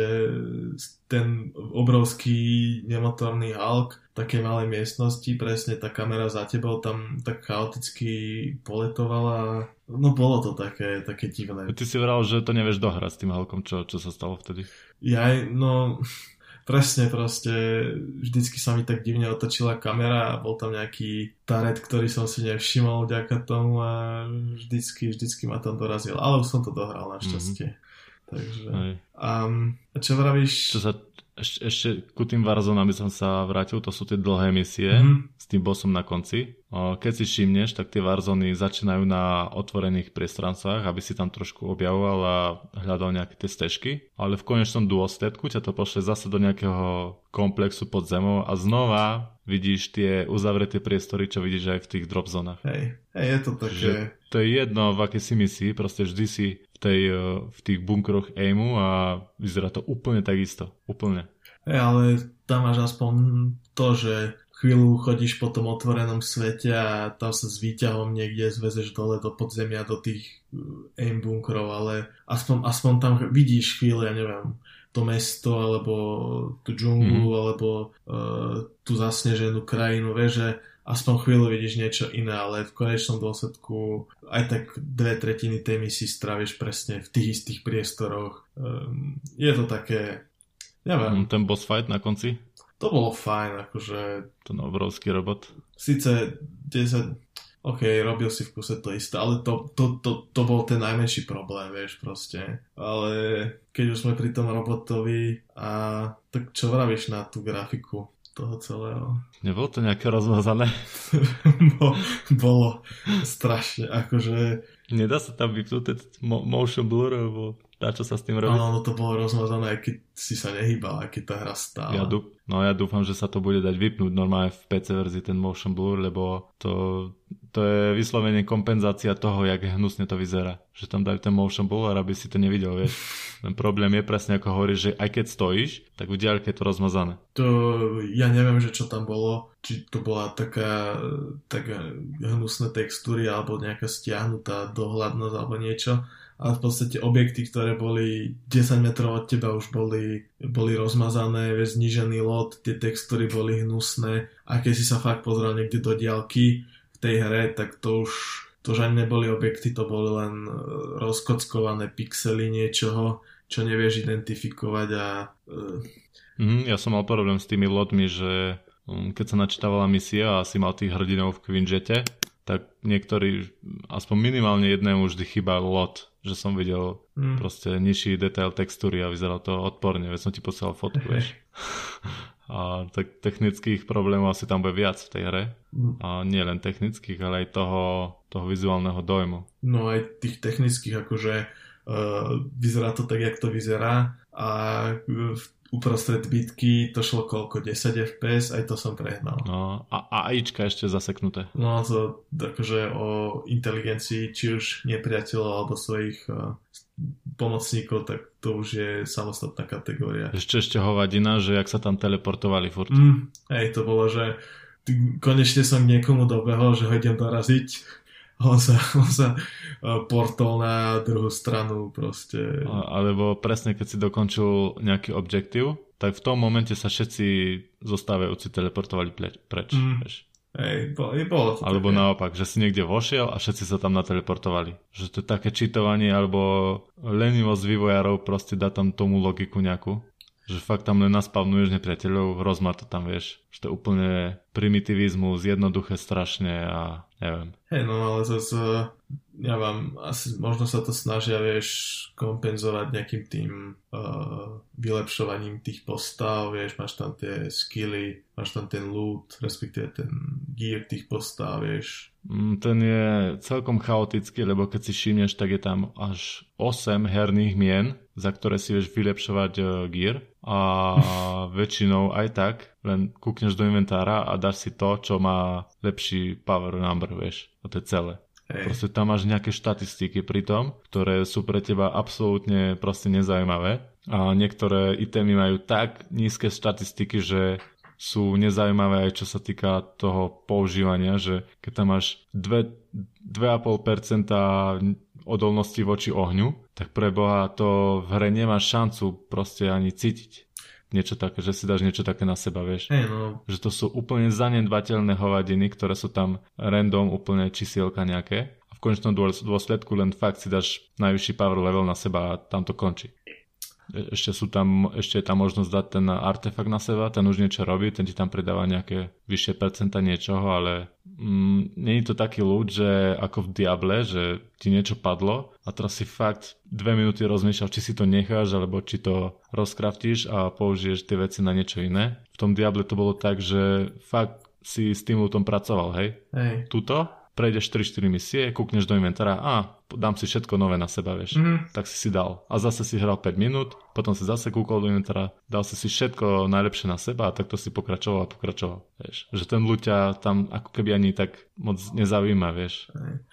ten obrovský nemotorný Hulk v takej malej miestnosti, presne tá kamera za tebou tam tak chaoticky poletovala. No bolo to také, také divné. Ty si vral, že to nevieš dohrať s tým Hulkom, čo, čo sa stalo vtedy? Jaj, no... Presne, proste vždycky sa mi tak divne otočila kamera a bol tam nejaký taret, ktorý som si nevšimol vďaka tomu a vždycky, vždycky ma tam dorazil. Ale už som to dohral našťastie. Mm-hmm. Takže... Um, a čo vravíš? Čo sa, ešte, ešte ku tým Warzone, aby som sa vrátil, to sú tie dlhé misie mm-hmm. s tým bossom na konci. Keď si všimneš, tak tie Warzony začínajú na otvorených priestrancách, aby si tam trošku objavoval a hľadal nejaké tie stežky, ale v konečnom dôsledku ťa to pošle zase do nejakého komplexu pod zemou a znova vidíš tie uzavreté priestory, čo vidíš aj v tých drop zónach. Hej, hej, je to také... To je jedno, v akej si misii, proste vždy si v, tej, v tých bunkroch aimu a vyzerá to úplne takisto. Úplne. Hej, ale tam máš aspoň to, že chvíľu chodíš po tom otvorenom svete a tam sa s výťahom niekde zvezeš dole do podzemia, do tých aim bunkrov, ale aspoň, aspoň tam vidíš chvíľu, ja neviem, to mesto, alebo tú džunglu, mm. alebo uh, tú zasneženú krajinu, vieš, že aspoň chvíľu vidíš niečo iné, ale v konečnom dôsledku aj tak dve tretiny tej misie stráviš presne v tých istých priestoroch. Um, je to také, neviem. Ten boss fight na konci? To bolo fajn, akože... Ten obrovský robot. Sice desať... OK, robil si v kuse to isté, ale to, to, to, to bol ten najmenší problém, vieš, proste. Ale keď už sme pri tom robotovi a tak čo vravíš na tú grafiku toho celého? Nebolo to nejaké rozmazané? Bo, bolo strašne, akože... Nedá sa tam vypnúť ten motion blur, alebo dá čo sa s tým robí? Áno, no to bolo rozmazané, aj keď si sa nehýbal, aj keď tá hra stála. Ja dú... No ja dúfam, že sa to bude dať vypnúť normálne v pé cé verzii ten motion blur, lebo to, to je vyslovene kompenzácia toho, jak hnusne to vyzerá. Že tam dajú ten motion blur, aby si to nevidel, vieš. Ten problém je presne ako hovoríš, že aj keď stojíš, tak v diaľke je to rozmazané. To ja neviem, že čo tam bolo, či to bola taká, taká hnusné textúry alebo nejaká stiahnutá dohľadnosť alebo niečo. Ale v podstate objekty, ktoré boli desať metrov od teba, už boli, boli rozmazané, vieš, znížený lot, tie textúry boli hnusné a keď si sa fakt pozrel niekde do diaľky v tej hre, tak to už, to už ani neboli objekty, to boli len rozkockované pixely niečoho, čo nevieš identifikovať a... Mm, ja som mal problém s tými lotmi, že keď sa načítavala misia a si mal tých hrdinov v Quinjete, tak niektorí, aspoň minimálne jednému vždy chýbal lot, že som videl mm. proste nižší detail textúry a vyzeralo to odporne, veď som ti posielal fotku, vieš. A tak technických problémov asi tam bude viac v tej hre. A nie len technických, ale aj toho, toho vizuálneho dojmu. No aj tých technických, akože uh, vyzerá to tak, jak to vyzerá a v uprostred bitky to šlo koľko? desať ef pé es, aj to som prehnal. No a AIčka ešte zaseknuté. No to akože o inteligencii či už nepriateľov alebo svojich uh, pomocníkov, tak to už je samostatná kategória. Ešte ešte hovadina, že jak sa tam teleportovali furt. Mm, hej, to bolo, že konečne som k niekomu dobehol, že ho idem doraziť. On sa, on sa portol na druhú stranu proste. Alebo presne keď si dokončil nejaký objektív, tak v tom momente sa všetci zostávajúci teleportovali preč. Mm. Hej, bolo, bolo to alebo také. Naopak, že si niekde vošiel a všetci sa tam nateleportovali. Že to je také cheatovanie alebo lenivosť vývojárov proste dá tam tomu logiku nejakú. Že fakt tam len naspavnuješ nepriateľov, rozmar to tam vieš. Že to je úplne primitivizmus, jednoduché strašne a neviem. Hej, no ale zase, ja vám, asi možno sa to snažia, vieš, kompenzovať nejakým tým uh, vylepšovaním tých postav, vieš, máš tam tie skilly, máš tam ten loot, respektíve ten gear tých postav, vieš. Ten je celkom chaotický, lebo keď si všimneš, tak je tam až osem herných mien, za ktoré si vieš vylepšovať uh, gear a väčšinou aj tak len kúkneš do inventára a dáš si to, čo má lepší power number, vieš. A to je celé. Hej. Proste tam máš nejaké štatistiky pri tom, ktoré sú pre teba absolútne proste nezaujímavé a niektoré itémy majú tak nízke štatistiky, že sú nezaujímavé aj čo sa týka toho používania, že keď tam máš dva a pol percenta odolnosti voči ohňu, tak pre Boha to v hre nemáš šancu proste ani cítiť. Niečo také, že si dáš niečo také na seba, vieš. Hey, no. Že to sú úplne zanedbateľné hovadiny, ktoré sú tam random, úplne čísielka nejaké. A v konečnom dôsledku len fakt si dáš najvyšší power level na seba a tam to končí. Ešte, sú tam, ešte je tam možnosť dať ten artefakt na seba, ten už niečo robí, ten ti tam pridáva nejaké vyššie percenta niečoho, ale mm, nie je to taký ľud, že ako v Diable, že ti niečo padlo a teraz si fakt dve minúty rozmýšľal, či si to necháš, alebo či to rozkraftíš a použiješ tie veci na niečo iné. V tom Diable to bolo tak, že fakt si s tým ľudom pracoval, hej? Hej. Tuto prejdeš tri štyri misie, kúkneš do inventára a dám si všetko nové na seba, vieš. Mm. Tak si si dal. A zase si hral päť minút, potom si zase kúkol do inventára, dal si si všetko najlepšie na seba a takto si pokračoval a pokračoval, vieš. Že ten ľuďa tam ako keby ani tak moc nezaujíma, vieš.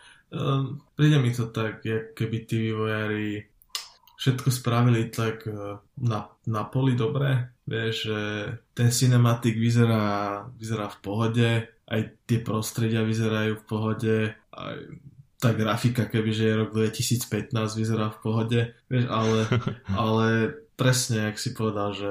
Um, príde mi to tak, jak keby tí vývojári všetko spravili tak na, na poli dobre, vieš, že ten cinematic vyzerá, vyzerá v pohode, aj tie prostredia vyzerajú v pohode, aj tá grafika, kebyže je rok dvetisícpätnásť, vyzerá v pohode, vieš, ale, ale presne, jak si povedal, že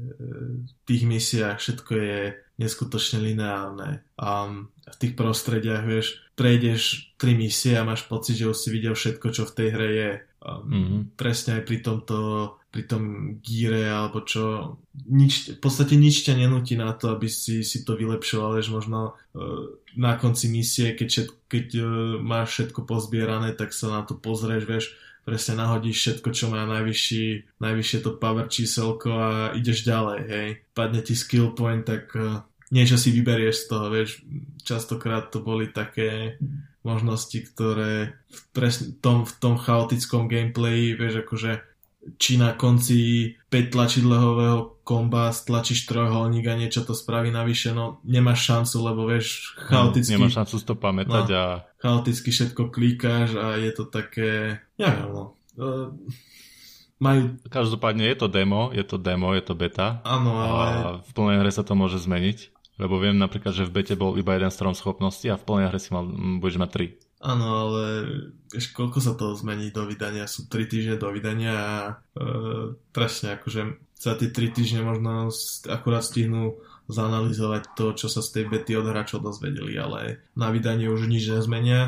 v tých misiách všetko je neskutočne lineárne a v tých prostrediach, vieš, prejdeš tri misie a máš pocit, že už si videl všetko, čo v tej hre je. Mm-hmm. Presne aj pri tomto pri tom gíre alebo čo nič, v podstate nič ťa nenúti na to, aby si, si to vylepšoval, vieš, možno uh, na konci misie, keď, všet, keď uh, máš všetko pozbierané, tak sa na to pozrieš, vieš, presne nahodíš všetko, čo má najvyšší, najvyššie to power číselko a ideš ďalej, hej. Padne ti skill point, tak uh, niečo si vyberieš z toho, vieš. Častokrát to boli také možnosti, ktoré v, presne, tom, v tom chaotickom gameplayi, vieš, akože či na konci päť tlačidlového komba stlačíš trojholník a niečo to spraví navyše, no nemáš šancu, lebo vieš, chaoticky... No, nemáš šancu to pamätať no, a... chaoticky všetko klikáš a je to také... Neviem, no... Uh, majú... Každopádne je to demo, je to demo, je to beta. Áno, ale... A v plnej hre sa to môže zmeniť, lebo viem napríklad, že v bete bol iba jeden strom schopnosti a v plnej hre si mal, budeš mať tri. Áno, ale vieš, koľko sa to zmení do vydania? Sú tri týždne do vydania a e, presne, akože za tie tri týždne možno akurát stihnú zanalizovať to, čo sa z tej bety od hráčov dozvedeli, ale na vydanie už nič nezmenia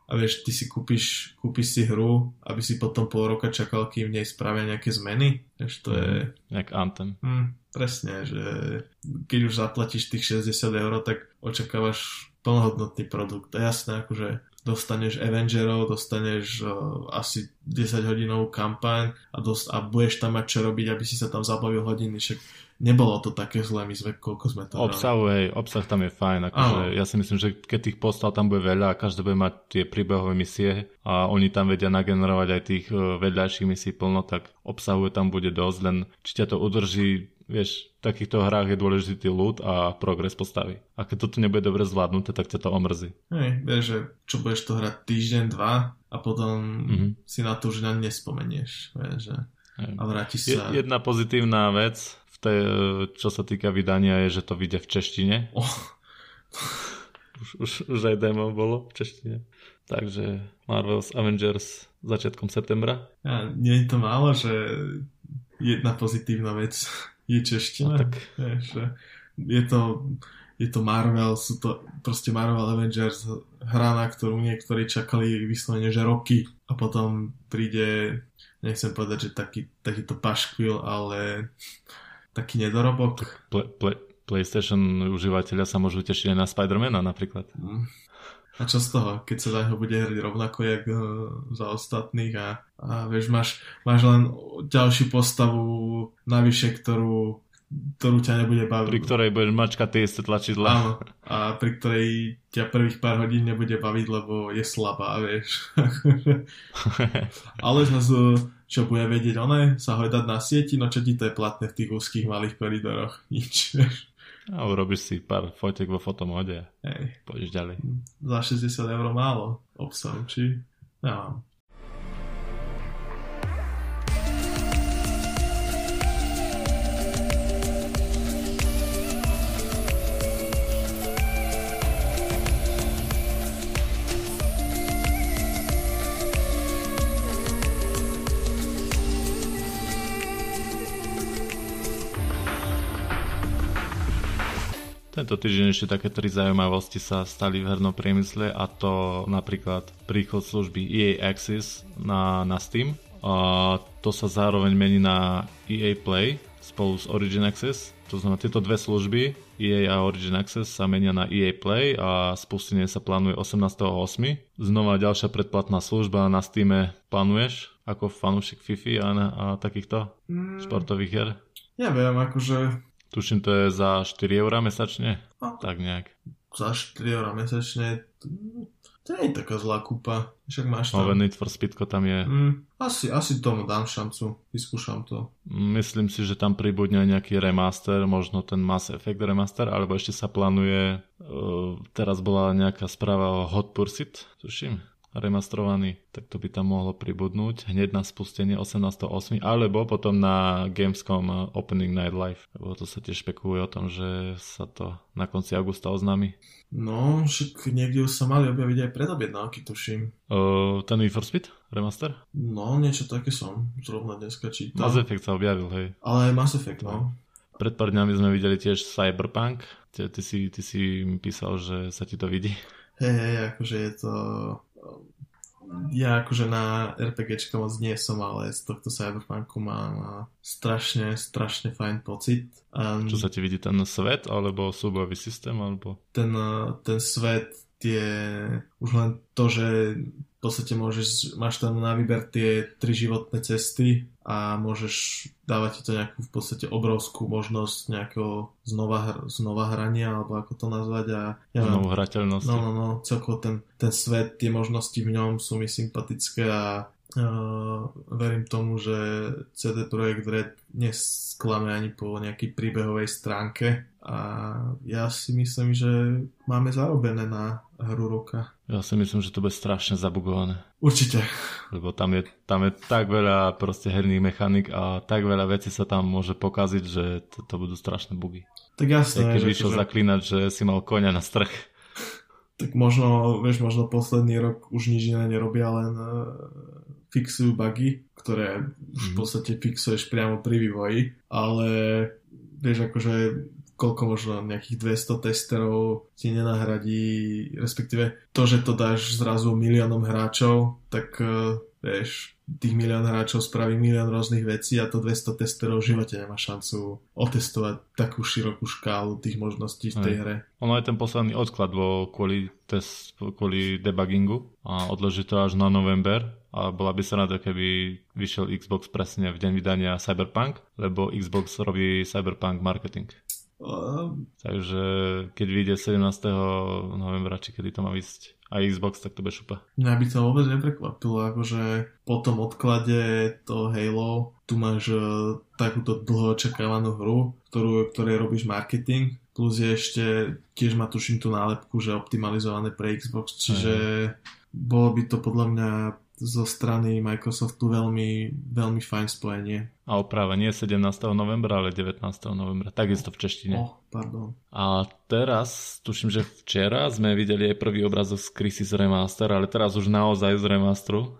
a vieš, ty si kúpiš, kúpiš si hru, aby si potom pol roka čakal, kým v nej spravia nejaké zmeny. Vieš, to je... Jak Anthem. Hm, presne, že keď už zaplatíš tých šesťdesiat eur, tak očakávaš plnohodnotný produkt. To je jasné, akože dostaneš Avengerov, dostaneš uh, asi desať hodinovú kampaň a, dos- a budeš tam mať čo robiť, aby si sa tam zabavil hodiny, však nebolo to také zlé, my sme, koľko sme to Obsahu, hej, obsah tam je fajn, akože ja si myslím, že keď tých postav tam bude veľa a každý bude mať tie príbehové misie a oni tam vedia nagenerovať aj tých vedľajších misií plno, tak obsahu tam bude dosť, len či ťa to udrží, vieš, v takýchto hrách je dôležitý loot a progres postavy. A keď toto nebude dobre zvládnuté, tak ťa to omrzí. Hej, vieš, že čo budeš to hrať týždeň, dva a potom mm-hmm. si na to už ani nespomenieš, vieš, že a vrátiš sa... Jedna pozitívna vec Tej, čo sa týka vydania, je, že to vyjde v češtine. Oh. už, už, už aj demo bolo v češtine. Takže Marvel's Avengers začiatkom septembra. A nie je to málo, že jedna pozitívna vec je čeština. Tak... Je, že je, to, je to Marvel, sú to proste Marvel Avengers, hra, na ktorú niektorí čakali vyslovene, že roky. A potom príde, nechcem povedať, že taký, takýto paškvil, ale... taký nedorobok. Play, play, PlayStation užívateľia sa môžu tešiť aj na Spider-Mana napríklad. A čo z toho, keď sa za ňo bude hrať rovnako jak uh, za ostatných a, a vieš, máš, máš len ďalšiu postavu navyše, ktorú, ktorú ťa nebude baviť. Pri ktorej budeš mačkať tie isté tlačidlá. Áno, a pri ktorej ťa prvých pár hodín nebude baviť, lebo je slabá, vieš. Ale zase čo bude vedieť oné, sa hojdať na sieti, no čo ti to je platné v tých úzkých malých koridoroch? Nič, vieš. A urobíš si pár fotiek vo fotomóde a pôjdeš ďalej. Za šesťdesiat eur málo obsahu, či? Ja. Tento týždeň ešte také tri zaujímavosti sa stali v hernom priemysle, a to napríklad príchod služby E A Access na, na Steam. A to sa zároveň mení na E A Play spolu s Origin Access. To znamená, tieto dve služby E A a Origin Access sa menia na E A Play a spustenie sa plánuje osemnásteho ôsmeho Znova ďalšia predplatná služba na Steame. Plánuješ ako fanúšik FIFA a, a takýchto mm. športových hier? Ja viem, akože... Tuším, to je za štyri eurá mesačne? No, tak nejak. Za štyri eurá mesačne? To nie je taká zlá kúpa. Však máš tam... Nové Need for Speedko tam je. Mm, asi, asi tomu dám šancu. Vyskúšam to. Myslím si, že tam pribudne nejaký remaster, možno ten Mass Effect remaster, alebo ešte sa plánuje... Uh, teraz bola nejaká správa o Hot Pursuit, tuším. Remastrovaný, tak to by tam mohlo pribudnúť hneď na spustenie osemnásteho ôsmeho alebo potom na Gamescom Opening Night Live, lebo to sa tiež špekuluje o tom, že sa to na konci augusta oznámi. No, však niekde už sa mali objaviť aj predobjednávky, tuším. Uh, ten Need for Speed remaster? No, niečo také som zrovna dneska čítal. Mass Effect sa objavil, hej. Ale aj Mass Effect, no. Pred pár dňami sme videli tiež Cyberpunk. Ty, ty, si, ty si mi písal, že sa ti to vidí. Hej, hej, akože je to... Ja akože na RPGčka moc nie som, ale z tohto Cyberpunku mám strašne, strašne fajn pocit. Um, Čo sa ti vidí, ten svet, alebo súbojový systém, alebo? Ten, ten svet, tie... Už len to, že v podstate môžeš, máš tam na výber tie tri životné cesty a môžeš dávať ti to nejakú v podstate obrovskú možnosť nejakého znova, znova hrania, alebo ako to nazvať. A ja Znovu hrateľnosť. No, no, no, celkovo ten, ten svet, tie možnosti v ňom sú mi sympatické a uh, verím tomu, že cé dé Projekt Red nesklame ani po nejakej príbehovej stránke a ja si myslím, že máme zarobené na hru roka. Ja si myslím, že to bude strašne zabugované. Určite. Lebo tam je, tam je tak veľa proste herných mechanik a tak veľa vecí sa tam môže pokaziť, že to, to budú strašné bugy. Tak jasné. Keď vyšiel že... zaklínať, že si mal koňa na strch. Tak možno, vieš, možno posledný rok už nič iné nerobia, len uh, fixujú bugy, ktoré mm. v podstate fixuješ priamo pri vývoji, ale vieš, akože koľko možno nejakých dvesto testerov ti nenahradí, respektíve to, že to dáš zrazu miliónom hráčov, tak uh, vieš, tých milión hráčov spraví milión rôznych vecí a to dvesto testerov v živote nemá šancu otestovať takú širokú škálu tých možností v tej hre. Ono aj ten posledný odklad bol kvôli, test, kvôli debuggingu a odloží to až na november a bola by sa rada, keby vyšiel Xbox presne v deň vydania Cyberpunk, lebo Xbox robí Cyberpunk marketing. Um, Takže keď vyjde sedemnásteho novembra, či kedy to má ísť a Xbox, tak to bude šupa. Mňa by to vôbec neprekvapilo, akože po tom odklade toho Halo tu máš uh, takúto dlho očakávanú hru, ktorú, ktorej robíš marketing, plus je ešte, tiež má tuším tú nálepku, že optimalizované pre Xbox, čiže Aj. bolo by to podľa mňa zo strany Microsoftu veľmi, veľmi fajn spojenie. A oprava nie sedemnásteho novembra, ale devätnásteho novembra. Takisto v češtine. Oh, pardon. A teraz, tuším, že včera sme videli aj prvý obrazok z Crysis Remaster, ale teraz už naozaj z remasteru.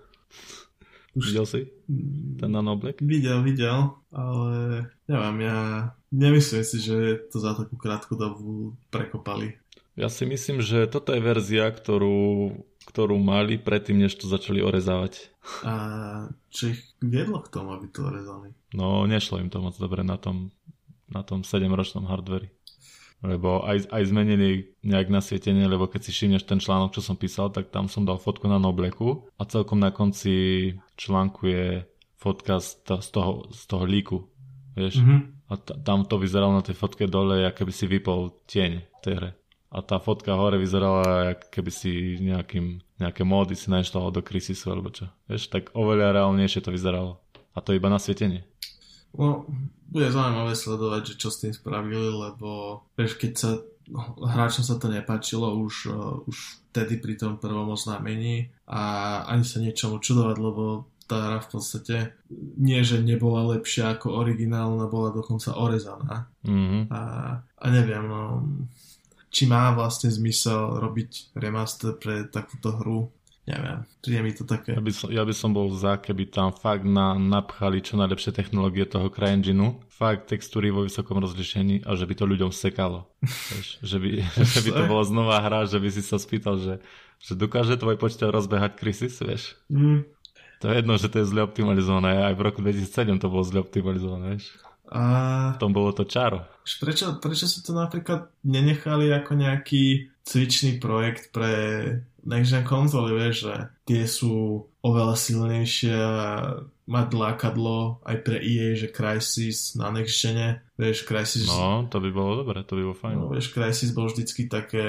Už... Videl si ten nanoblek? Videl, videl, ale neviem, ja nemyslím si, že to za takú krátku dobu prekopali. Ja si myslím, že toto je verzia, ktorú, ktorú mali predtým, než to začali orezávať. A čo ich viedlo k tomu, aby to orezali? No, nešlo im to moc dobre na tom, na tom sedemročnom hardveri. Lebo aj, aj zmenili nejak nasvietenie, lebo keď si všimneš ten článok, čo som písal, tak tam som dal fotku na nobleku a celkom na konci článku je fotka z, to, z, toho, z toho líku. Vieš? Mm-hmm. A t- tam to vyzeralo na tej fotke dole, ako keby si vypol tieň v tej hre. A tá fotka hore vyzerala, ako keby si nejakým, nejaké módy si nainštaloval do Crysisu alebo čo. Vieš, tak oveľa reálnejšie to vyzeralo. A to iba na svietenie. No, bude zaujímavé sledovať, že čo s tým spravili, lebo vieš, keď sa hráčom sa to nepáčilo už, uh, už vtedy pri tom prvom oznámení a ani sa niečomu čudovať, lebo tá hra v podstate nie, že nebola lepšia ako originálna, bola dokonca orezaná. Mm-hmm. A, a neviem, no, či má vlastne zmysel robiť remaster pre takúto hru. Neviem, príde mi to také. Ja by som, ja by som bol za, keby tam fakt na, napchali čo najlepšie technológie toho CryEngineu, fakt textúry vo vysokom rozlišení a že by to ľuďom sekalo. Vieš, že, by, že by to bola znova hra, že by si sa spýtal, že, že dokáže tvoj počítač rozbehať Crysis, vieš? Mm. To je jedno, že to je zle optimalizované. Aj v roku dvetisícsedem to bolo zle optimalizované, vieš? A... V tom bolo to čaro. Prečo, prečo si to napríklad nenechali ako nejaký cvičný projekt pre next gen konzoly, vieš, že tie sú oveľa silnejšie a mať lákadlo aj pre í á, že Crysis na next gene, vieš, Crysis... No, to by bolo dobre, to by bolo fajn. No, vieš, Crysis bol vždycky také,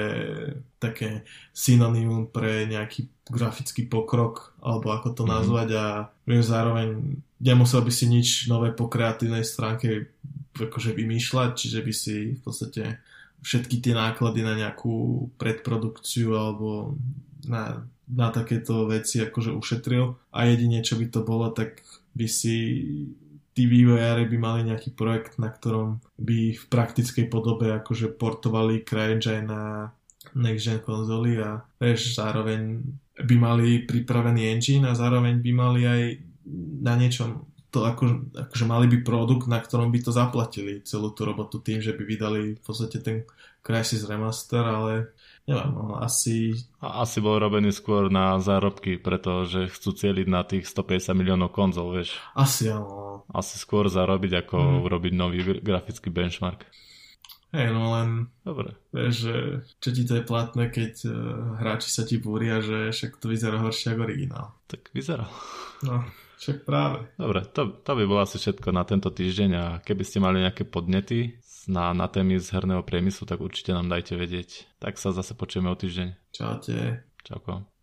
také synonymum pre nejaký grafický pokrok, alebo ako to mm-hmm. nazvať a vieš, zároveň nemusel by si nič nové po kreatívnej stránke akože vymýšľať, čiže by si v podstate všetky tie náklady na nejakú predprodukciu alebo na, na takéto veci akože ušetril a jedine čo by to bolo, tak by si tí vývojári by mali nejaký projekt, na ktorom by v praktickej podobe akože portovali CryEngine na next gen konzoly a vieš, zároveň by mali pripravený engine a zároveň by mali aj na niečom to ako, akože mali by produkt, na ktorom by to zaplatili celú tú robotu tým, že by vydali v podstate ten Crysis Remaster, ale neviem, no, asi... A asi bol robený skôr na zárobky, pretože chcú cieliť na tých stopäťdesiat miliónov konzol, vieš. Asi áno. Asi skôr zarobiť, ako hmm. robiť nový grafický benchmark. Hej, no len... Dobre. Vieš, že čo ti to je platné, keď uh, hráči sa ti búria, že však to vyzerá horšie ako originál. Tak vyzerá. No... Však práve. Dobre, to, to by bolo asi všetko na tento týždeň a keby ste mali nejaké podnety na, na témy z herného priemyslu, tak určite nám dajte vedieť. Tak sa zase počujeme o týždeň. Čaute. Čauko.